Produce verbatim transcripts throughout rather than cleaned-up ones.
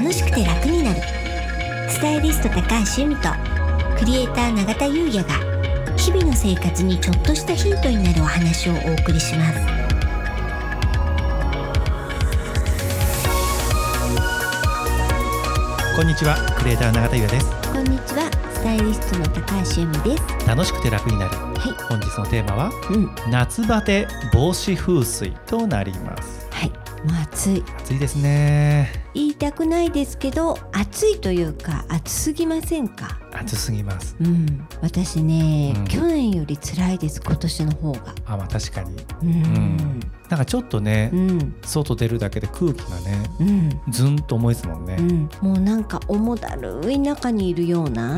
楽しくて楽になる。スタイリスト高橋由美とクリエイター永田優也が日々の生活にちょっとしたヒントになるお話をお送りします。 こんにちは、クリエイター永田優也です。 こんにちは、スタイリストの高橋由美です。 楽しくて楽になる、 はい、 本日のテーマは、 うん、 夏バテ防止風水となります。 はい、もう暑い暑いですね。 言いたくないですけど、暑いというか暑すぎませんか？ 暑すぎます、 うん、私ね、うん、去年より辛いです、今年の方が。 あ、まあ確かに、 うんうん、 なんかちょっとね、うん、外出るだけで空気がね、うん、ずんと重いですもんね、うん、 もうなんか重だるい中にいるような、うん、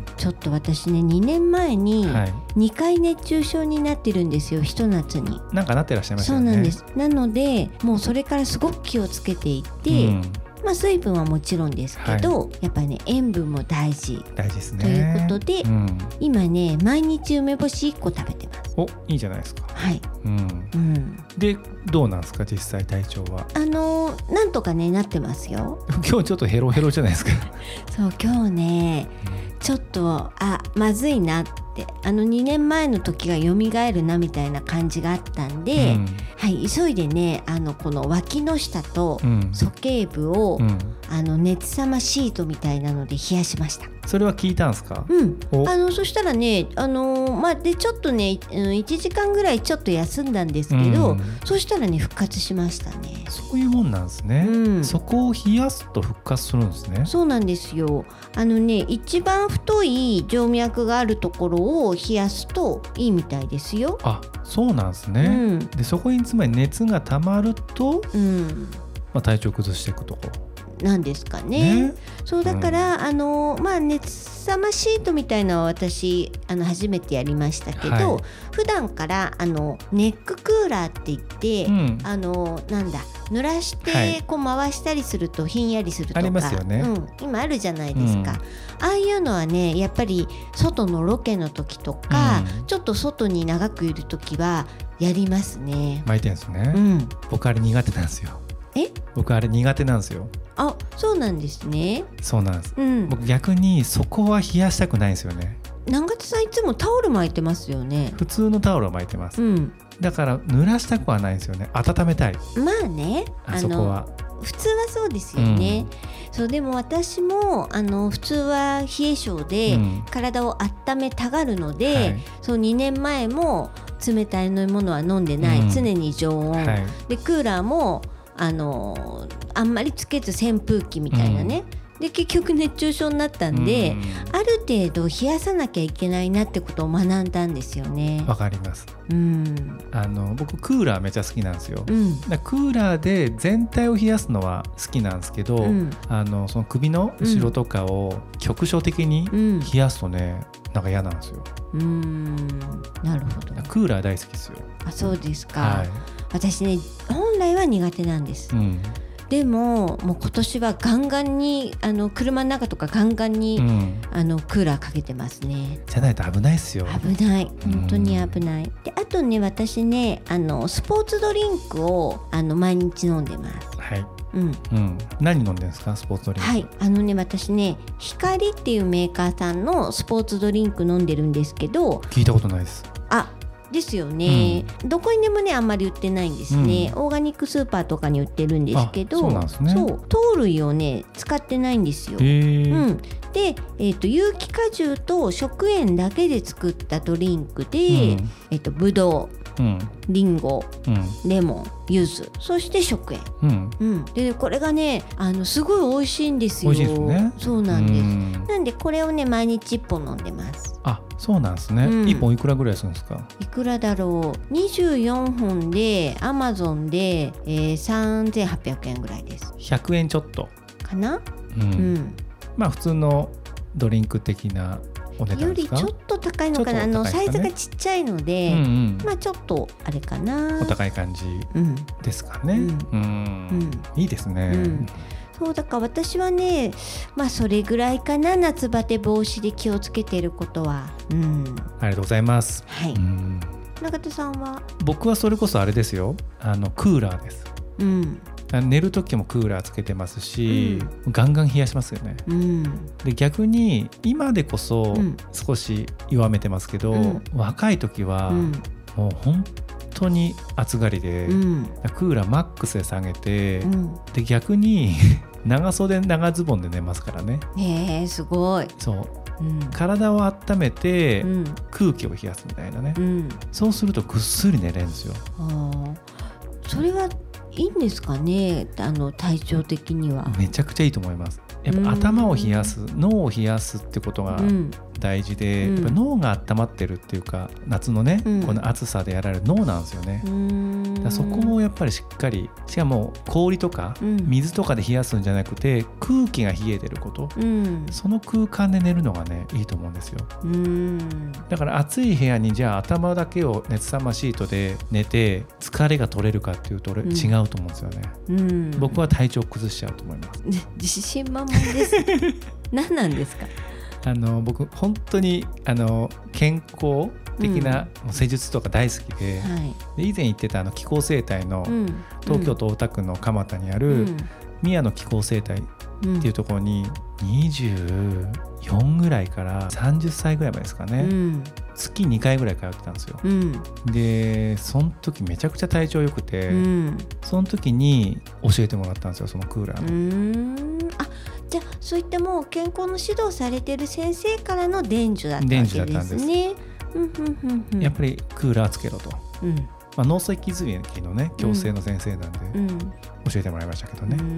ちょっと私ねにねんまえににかい熱中症になってるんですよ、ひと夏に。 なんかなってらっしゃいましたよね。 そうなんです。なのでもうそれからすごく気をつけていて、うん、まあ、水分はもちろんですけど、はい、やっぱりね塩分も大事大事ですねということで、うん、今ね毎日梅干しいっこ食べてます。 お、いいじゃないですか。 はい、うんうん、でどうなんですか実際体調は。 あのー、なんとかねなってますよ。 今日ちょっとヘロヘロじゃないですか。 そう今日ね、うん、ちょっとあまずいなってあのにねんまえの時が蘇るなみたいな感じがあったんで、うん、はい、急いでねあのこの脇の下と鼠径部を、うん、あの熱さまシートみたいなので冷やしました。 それは聞いたんですか？ うん、あのそしたらね、あのーまあ、でちょっとねいちじかんぐらいちょっと休んだんですけど、うん、そしたらね復活しましたね。 そういうもんなんですね、うん、そこを冷やすと復活するんですね。 そうなんですよ。あのね一番太い静脈があるところを冷やすといいみたいですよ。 あ、そうなんですね、うん、でそこにつまり熱が溜まると、うんまあ、体調崩していくとこなんですか ね, ね。 そうだから、うん、あのまあ、熱さまシートみたいなのは私あの初めてやりましたけど、はい、普段からあのネッククーラーって言って、うん、あのなんだ濡らしてこう回したりするとひんやりするとか、 ありますよね、 うん、今あるじゃないですか、うん、ああいうのはねやっぱり外のロケの時とか、うん、ちょっと外に長くいる時はやりますね。 巻いてるんですね、うん、僕あれ苦手なんですよ。 え僕あれ苦手なんですよ。 あ、そうなんですね。 そうなんです、うん、僕逆にそこは冷やしたくないんですよね。 長田さんいつもタオル巻いてますよね。 普通のタオルを巻いてます、うん、だから濡らしたくはないんですよね。温めたい。 まあね、 あそこは普通はそうですよね、うん、そうでも私もあの普通は冷え性で体を温めたがるので、うんはい、そうにねんまえも冷たい飲み物は飲んでない、うん、常に常温、はい、でクーラーもあのあんまりつけず扇風機みたいなね、うん、で結局熱中症になったんで、うん、ある程度冷やさなきゃいけないなってことを学んだんですよね。 わかります、うん、あの僕クーラーめっちゃ好きなんですよ、うん、だクーラーで全体を冷やすのは好きなんですけど、うん、あのその首の後ろとかを局所的に冷やすとね、うん、なんか嫌なんですよ。 うーん、なるほど。 クーラー大好きですよ。 あ、そうですか、はい、私ね本来は苦手なんです、うん、でももう今年はガンガンにあの車の中とかガンガンに、うん、あのクーラーかけてますね。 じゃないと危ないですよ。 危ない、本当に危ない、うん、であとね私ねあのスポーツドリンクをあの毎日飲んでます。 はい、うんうん、何飲んでるんですかスポーツドリンク。はい、 あのね私ね光っていうメーカーさんのスポーツドリンク飲んでるんですけど。 聞いたことないです。 あ、ですよね、うん、どこにでもねあんまり売ってないんですね、うん、オーガニックスーパーとかに売ってるんですけど、 そうなんですね。 そう糖類をね使ってないんですよ、うん、で、えーと、有機果汁と食塩だけで作ったドリンクで、うんえーと、ぶどう、うん、リンゴ、うん、レモン、柚子、そして食塩、うんうん、でこれがねあのすごい美味しいんですよ。 美味しいですね。 そうなんです。んなんでこれをね毎日いっぽん飲んでます。 あ、そうなんですね、うん、いっぽんいくらぐらいするんですか。 いくらだろう。にじゅうよんほんでアマゾンで、えー、さんぜんはっぴゃくえんぐらいです。 ひゃくえんちょっとかな、 うんうん、まあ普通のドリンク的なお値段ですか。 よりちょっと高いのかな、ね、あのサイズがちっちゃいので、うんうん、まあちょっとあれかな、 お高い感じですかね、うんうんうん、いいですね、うん、 そうだから私はねまあそれぐらいかな、夏バテ防止で気をつけていることは、うん、 ありがとうございます、 はい、うん、永田さんは。 僕はそれこそあれですよ、あのクーラーです、 うん、 寝る時もクーラーつけてますし、うん、ガンガン冷やしますよね、うん、で逆に今でこそ少し弱めてますけど、うん、若い時はもう本当に暑がりで、うん、クーラーマックスで下げて、うん、で逆に長袖長ズボンで寝ますからね。 へー、すごい。そう、 うん、体を温めて空気を冷やすみたいなね、うん、そうするとぐっすり寝れるんですよ。 あ、それはいいんですかね、あの体調的には。 めちゃくちゃいいと思います。やっぱ頭を冷やす、脳を冷やすってことが大事で、うん、やっぱ脳が温まってるっていうか、夏のね、うん、この暑さでやられる脳なんですよね。うん、だからそこもやっぱりしっかり、しかも氷とか水とかで冷やすんじゃなくて、空気が冷えてること、うん、その空間で寝るのがねいいと思うんですよ。うん、だから暑い部屋にじゃあ頭だけを熱さまシートで寝て疲れが取れるかっていうと俺違うと思うんですよね。うん、僕は体調崩しちゃうと思います。 自信満々です何なんですか？ あの僕本当にあの健康的な施術とか大好き で,、うんはい、で以前言ってたあの気候生態の、うん、東京都大田区の蒲田にある、うん、宮の気候生態っていうところににじゅうよんぐらいからさんじゅっさいぐらいまでですかね、うん、月にかいぐらい通ってたんですよ、うん、でその時めちゃくちゃ体調良くて、うん、その時に教えてもらったんですよ、そのクーラーの。うーん、あ、じゃあそういったもう健康の指導されてる先生からの伝授だったわけですね。 やっぱりクーラーつけろと、うん、まあ、脳脊髄液のね矯正の先生なんで、うん、教えてもらいましたけどね。うん、うん、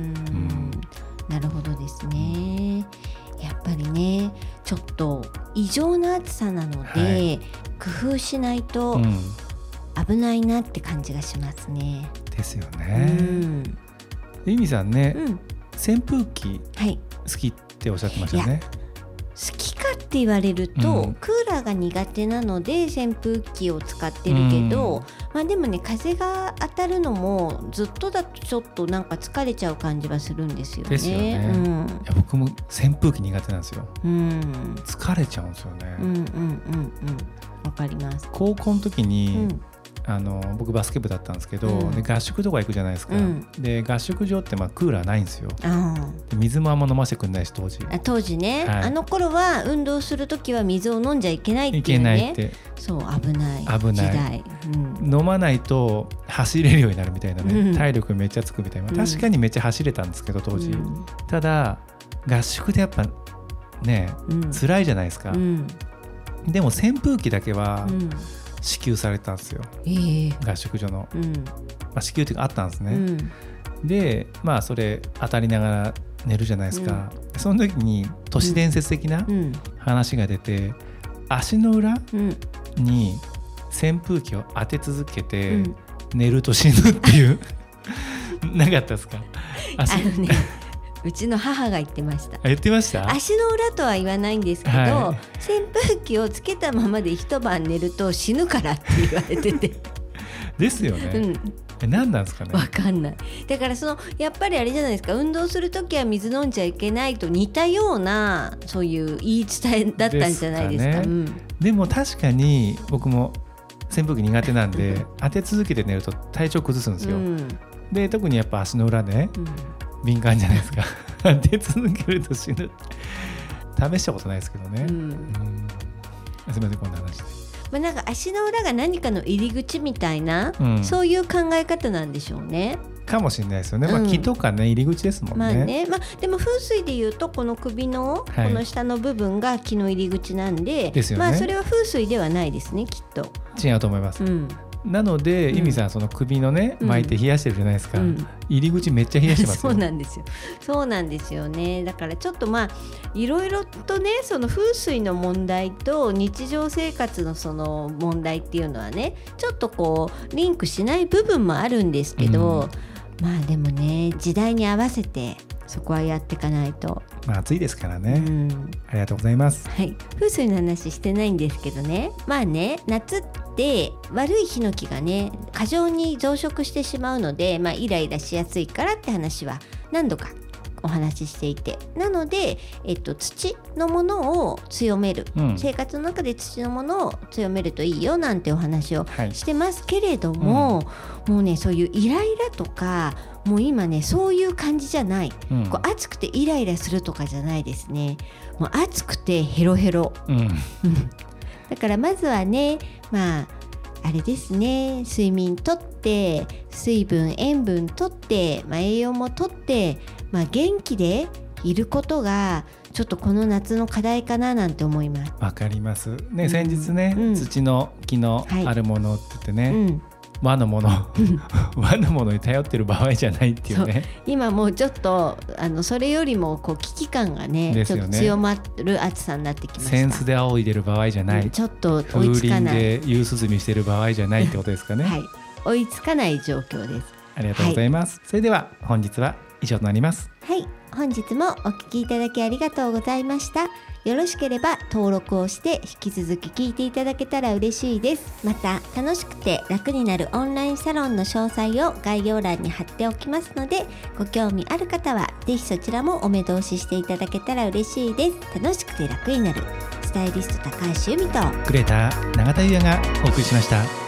なるほどですね。やっぱりねちょっと異常な暑さなので、はい、工夫しないと危ないなって感じがしますね。 ですよね。うん、由美さんね、うん、扇風機好きっておっしゃってましたね。 好きかって言われると、うん、クーラーが苦手なので扇風機を使ってるけど、うん、まあでもね風が当たるのもずっとだとちょっとなんか疲れちゃう感じはするんですよね。 ですよね、うん、いや僕も扇風機苦手なんですよ、うん、疲れちゃうんですよね。うんうんうんうん、 わかります。 高校の時に、うん、あの僕バスケ部だったんですけど、うん、で合宿とか行くじゃないですか、うん、で合宿場ってまあクーラーないんですよ。で水もあんま飲ませてくれないし当時あ当時ね、はい、あの頃は運動するときは水を飲んじゃいけないっていうね。いけないって、そう危ない危ない時代、うん、飲まないと走れるようになるみたいなね、うん、体力めっちゃつくみたいな、確かにめっちゃ走れたんですけど当時、うん、ただ合宿でやっぱね、うん、辛いじゃないですか、うん、でも扇風機だけは、うん支給されたんですよ、えー、合宿所の、うんまあ、支給っていうかあったんですね、うん、でまあそれ当たりながら寝るじゃないですか、うん、その時に都市伝説的な話が出て、うん、足の裏に扇風機を当て続けて寝ると死ぬっていう、うん、なかったですか？足あのねうちの母が言ってました。 言ってました？ 足の裏とは言わないんですけど、はい、扇風機をつけたままで一晩寝ると死ぬからって言われててですよね、うん、え何なんですかね。 わかんない。だからそのやっぱりあれじゃないですか、運動するときは水飲んじゃいけないと似たようなそういう言い伝えだったんじゃないですか。ですかね、うん、 でも確かに僕も扇風機苦手なんで当て続けて寝ると体調崩すんですよ、うん、で特にやっぱ足の裏ね、うん敏感じゃないですか当て続けると死ぬ試したことないですけどね、うんうん、すみませんこんな話で、 まあ、なんか足の裏が何かの入り口みたいな、うん、そういう考え方なんでしょうね。 かもしれないですよね、まあ、木とかね、うん、入り口ですもんね。 まあね、まあ、でも風水でいうとこの首のこの下の部分が木の入り口なんで、はい、まあそれは風水ではないですねきっと。 違うと思います、うんなので、うん、由美さんその首のね巻いて冷やしてるじゃないですか、うん、入り口めっちゃ冷やしてますよそうなんですよそうなんですよね。だからちょっとまあいろいろとねその風水の問題と日常生活のその問題っていうのはねちょっとこうリンクしない部分もあるんですけど、うん、まあでもね時代に合わせてそこはやっていかないと。 まあ暑いですからね、うん、ありがとうございます、 はい、風水の話してないんですけどね、まあね夏って悪いヒノキがね過剰に増殖してしまうので、まあ、イライラしやすいからって話は何度かお話ししていて、なので、えっと、土のものを強める、うん、生活の中で土のものを強めるといいよなんてお話をしてますけれども、はいうん、もうねそういうイライラとかもう今ねそういう感じじゃない、うん、こう暑くてイライラするとかじゃないですね。もう暑くてヘロヘロ、うん、だからまずはねまああれですね、睡眠とって水分塩分とって、まあ、栄養もとって、まあ、元気でいることがちょっとこの夏の課題かななんて思います。 わかりますね、うん、先日ね、うん、土の木のあるものって言ってね、はいうん和のもの和のものに頼ってる場合じゃないっていうね。 今もうちょっとあのそれよりもこう危機感が ね, ねちょっと強まる暑さになってきました。 センスで仰いでる場合じゃない、 ちょっと追いつかない、 風鈴で夕涼みしてる場合じゃないってことですかね。 はい、追いつかない状況です。 ありがとうございます、はい、それでは本日は以上となります。 はい、本日もお聞きいただきありがとうございました。よろしければ登録をして引き続き聞いていただけたら嬉しいです。また楽しくて楽になるオンラインサロンの詳細を概要欄に貼っておきますので、ご興味ある方はぜひそちらもお目通ししていただけたら嬉しいです。楽しくて楽になるスタイリスト高橋由美とクレーター永田優也がお送りしました。